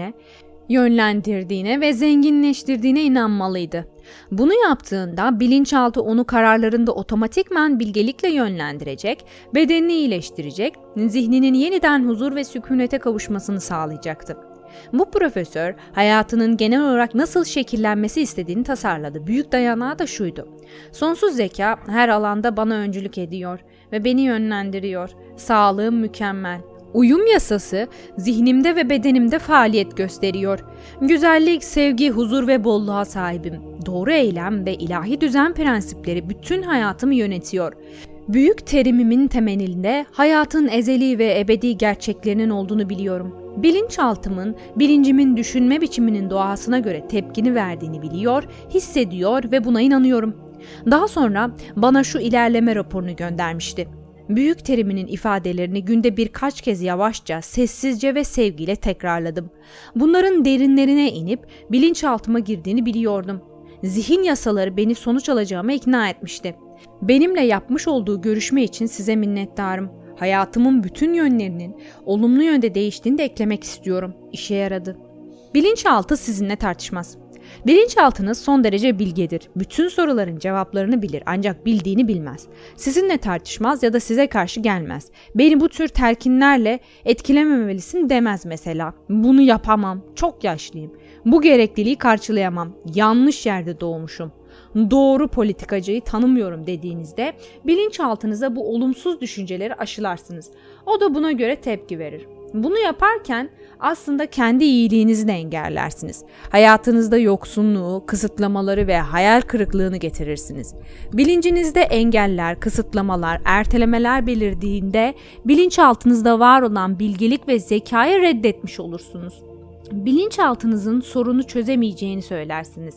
yönlendirdiğine ve zenginleştirdiğine inanmalıydı. Bunu yaptığında bilinçaltı onu kararlarında otomatikman bilgelikle yönlendirecek, bedenini iyileştirecek, zihninin yeniden huzur ve sükunete kavuşmasını sağlayacaktı. Bu profesör hayatının genel olarak nasıl şekillenmesi istediğini tasarladı. Büyük dayanağı da şuydu: sonsuz zeka her alanda bana öncülük ediyor ve beni yönlendiriyor. Sağlığım mükemmel. Uyum yasası zihnimde ve bedenimde faaliyet gösteriyor. Güzellik, sevgi, huzur ve bolluğa sahibim. Doğru eylem ve ilahi düzen prensipleri bütün hayatımı yönetiyor. Büyük terimimin temelinde hayatın ezeli ve ebedi gerçeklerinin olduğunu biliyorum. Bilinçaltımın, bilincimin düşünme biçiminin doğasına göre tepkini verdiğini biliyor, hissediyor ve buna inanıyorum. Daha sonra bana şu ilerleme raporunu göndermişti. Büyük teriminin ifadelerini günde birkaç kez yavaşça, sessizce ve sevgiyle tekrarladım. Bunların derinlerine inip bilinçaltıma girdiğini biliyordum. Zihin yasaları beni sonuç alacağıma ikna etmişti. Benimle yapmış olduğu görüşme için size minnettarım. Hayatımın bütün yönlerinin olumlu yönde değiştiğini de eklemek istiyorum. İşe yaradı. Bilinçaltı sizinle tartışmaz. Bilinçaltınız son derece bilgedir. Bütün soruların cevaplarını bilir ancak bildiğini bilmez. Sizinle tartışmaz ya da size karşı gelmez. Beni bu tür telkinlerle etkilememelisin demez mesela. Bunu yapamam, çok yaşlıyım. Bu gerekliliği karşılayamam, yanlış yerde doğmuşum. Doğru politikacıyı tanımıyorum dediğinizde bilinçaltınıza bu olumsuz düşünceleri aşılarsınız. O da buna göre tepki verir. Bunu yaparken aslında kendi iyiliğinizi de engellersiniz. Hayatınızda yoksunluğu, kısıtlamaları ve hayal kırıklığını getirirsiniz. Bilincinizde engeller, kısıtlamalar, ertelemeler belirdiğinde bilinçaltınızda var olan bilgelik ve zekayı reddetmiş olursunuz. Bilinçaltınızın sorunu çözemeyeceğini söylersiniz.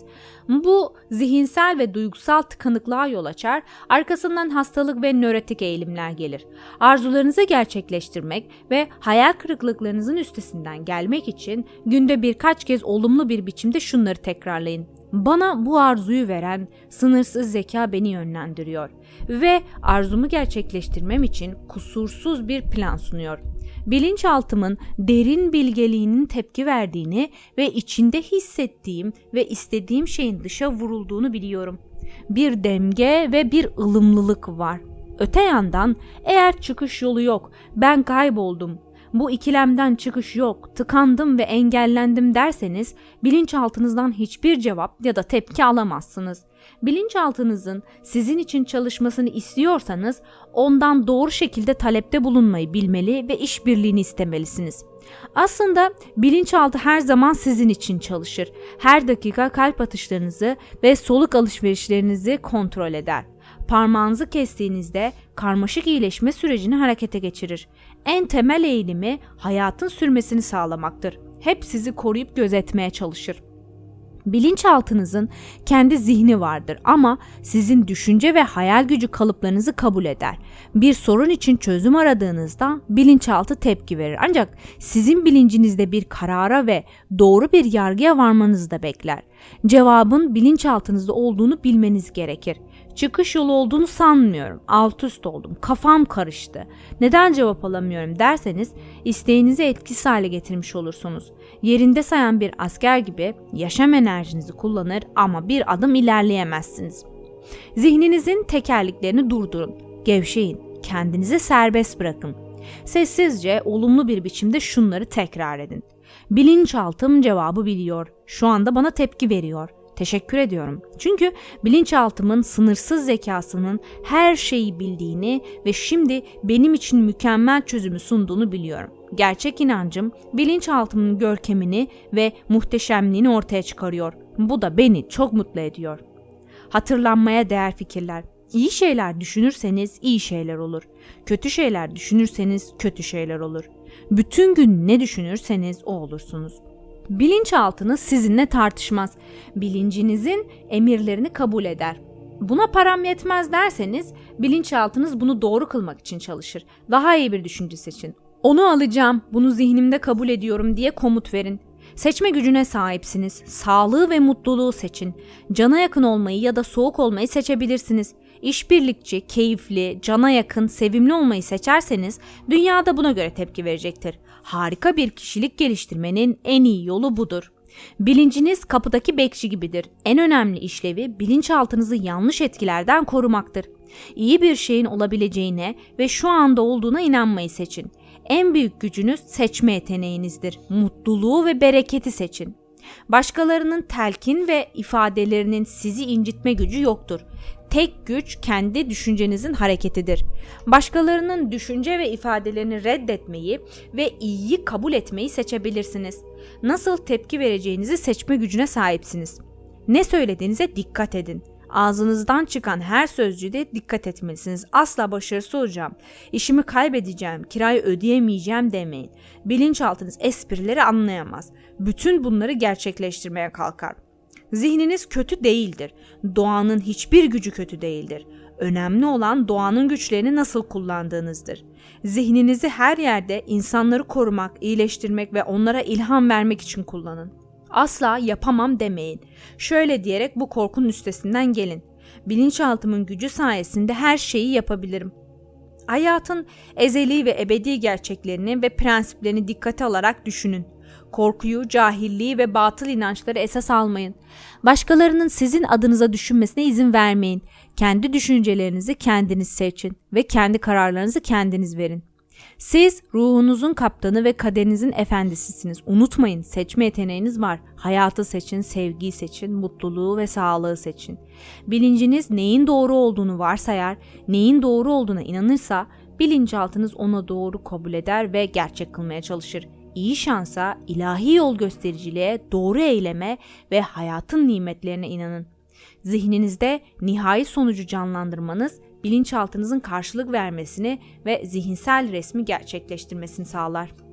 Bu zihinsel ve duygusal tıkanıklığa yol açar, arkasından hastalık ve nörotik eğilimler gelir. Arzularınızı gerçekleştirmek ve hayal kırıklıklarınızın üstesinden gelmek için günde birkaç kez olumlu bir biçimde şunları tekrarlayın. Bana bu arzuyu veren sınırsız zeka beni yönlendiriyor ve arzumu gerçekleştirmem için kusursuz bir plan sunuyor. Bilinçaltımın derin bilgeliğinin tepki verdiğini ve içinde hissettiğim ve istediğim şeyin dışa vurulduğunu biliyorum. Bir denge ve bir ılımlılık var. Öte yandan eğer çıkış yolu yok, ben kayboldum, bu ikilemden çıkış yok, tıkandım ve engellendim derseniz bilinçaltınızdan hiçbir cevap ya da tepki alamazsınız. Bilinçaltınızın sizin için çalışmasını istiyorsanız ondan doğru şekilde talepte bulunmayı bilmeli ve işbirliğini istemelisiniz. Aslında bilinçaltı her zaman sizin için çalışır. Her dakika kalp atışlarınızı ve soluk alışverişlerinizi kontrol eder. Parmağınızı kestiğinizde karmaşık iyileşme sürecini harekete geçirir. En temel eğilimi hayatın sürmesini sağlamaktır. Hep sizi koruyup gözetmeye çalışır. Bilinçaltınızın kendi zihni vardır ama sizin düşünce ve hayal gücü kalıplarınızı kabul eder. Bir sorun için çözüm aradığınızda bilinçaltı tepki verir. Ancak sizin bilincinizde bir karara ve doğru bir yargıya varmanızı da bekler. Cevabın bilinçaltınızda olduğunu bilmeniz gerekir. Çıkış yolu olduğunu sanmıyorum. Alt üst oldum. Kafam karıştı. Neden cevap alamıyorum derseniz isteğinizi etkisiz hale getirmiş olursunuz. Yerinde sayan bir asker gibi yaşam enerjinizi kullanır ama bir adım ilerleyemezsiniz. Zihninizin tekerleklerini durdurun. Gevşeyin. Kendinizi serbest bırakın. Sessizce, olumlu bir biçimde şunları tekrar edin. Bilinçaltım cevabı biliyor. Şu anda bana tepki veriyor. Teşekkür ediyorum. Çünkü bilinçaltımın sınırsız zekasının her şeyi bildiğini ve şimdi benim için mükemmel çözümü sunduğunu biliyorum. Gerçek inancım bilinçaltımın görkemini ve muhteşemliğini ortaya çıkarıyor. Bu da beni çok mutlu ediyor. Hatırlanmaya değer fikirler. İyi şeyler düşünürseniz iyi şeyler olur. Kötü şeyler düşünürseniz kötü şeyler olur. Bütün gün ne düşünürseniz o olursunuz. Bilinçaltınız sizinle tartışmaz. Bilincinizin emirlerini kabul eder. Buna param yetmez derseniz bilinçaltınız bunu doğru kılmak için çalışır. Daha iyi bir düşünce seçin. Onu alacağım, bunu zihnimde kabul ediyorum diye komut verin. Seçme gücüne sahipsiniz. Sağlığı ve mutluluğu seçin. Cana yakın olmayı ya da soğuk olmayı seçebilirsiniz. İşbirlikçi, keyifli, cana yakın, sevimli olmayı seçerseniz dünyada buna göre tepki verecektir. Harika bir kişilik geliştirmenin en iyi yolu budur. Bilinciniz kapıdaki bekçi gibidir. En önemli işlevi bilinçaltınızı yanlış etkilerden korumaktır. İyi bir şeyin olabileceğine ve şu anda olduğuna inanmayı seçin. En büyük gücünüz seçme yeteneğinizdir. Mutluluğu ve bereketi seçin. Başkalarının telkin ve ifadelerinin sizi incitme gücü yoktur. Tek güç kendi düşüncenizin hareketidir. Başkalarının düşünce ve ifadelerini reddetmeyi ve iyiyi kabul etmeyi seçebilirsiniz. Nasıl tepki vereceğinizi seçme gücüne sahipsiniz. Ne söylediğinize dikkat edin. Ağzınızdan çıkan her sözcüğe dikkat etmelisiniz. Asla başarısız olacağım, işimi kaybedeceğim, kirayı ödeyemeyeceğim demeyin. Bilinçaltınız esprileri anlayamaz. Bütün bunları gerçekleştirmeye kalkar. Zihniniz kötü değildir. Doğanın hiçbir gücü kötü değildir. Önemli olan doğanın güçlerini nasıl kullandığınızdır. Zihninizi her yerde insanları korumak, iyileştirmek ve onlara ilham vermek için kullanın. Asla yapamam demeyin. Şöyle diyerek bu korkunun üstesinden gelin. Bilinçaltımın gücü sayesinde her şeyi yapabilirim. Hayatın ezeli ve ebedi gerçeklerini ve prensiplerini dikkate alarak düşünün. Korkuyu, cahilliği ve batıl inançları esas almayın. Başkalarının sizin adınıza düşünmesine izin vermeyin. Kendi düşüncelerinizi kendiniz seçin ve kendi kararlarınızı kendiniz verin. Siz ruhunuzun kaptanı ve kaderinizin efendisisiniz. Unutmayın, seçme yeteneğiniz var. Hayatı seçin, sevgiyi seçin, mutluluğu ve sağlığı seçin. Bilinciniz neyin doğru olduğunu varsayar, neyin doğru olduğuna inanırsa bilinçaltınız ona doğru kabul eder ve gerçek kılmaya çalışır. İyi şansa, ilahi yol göstericiliğe, doğru eyleme ve hayatın nimetlerine inanın. Zihninizde nihai sonucu canlandırmanız, bilinçaltınızın karşılık vermesini ve zihinsel resmi gerçekleştirmesini sağlar.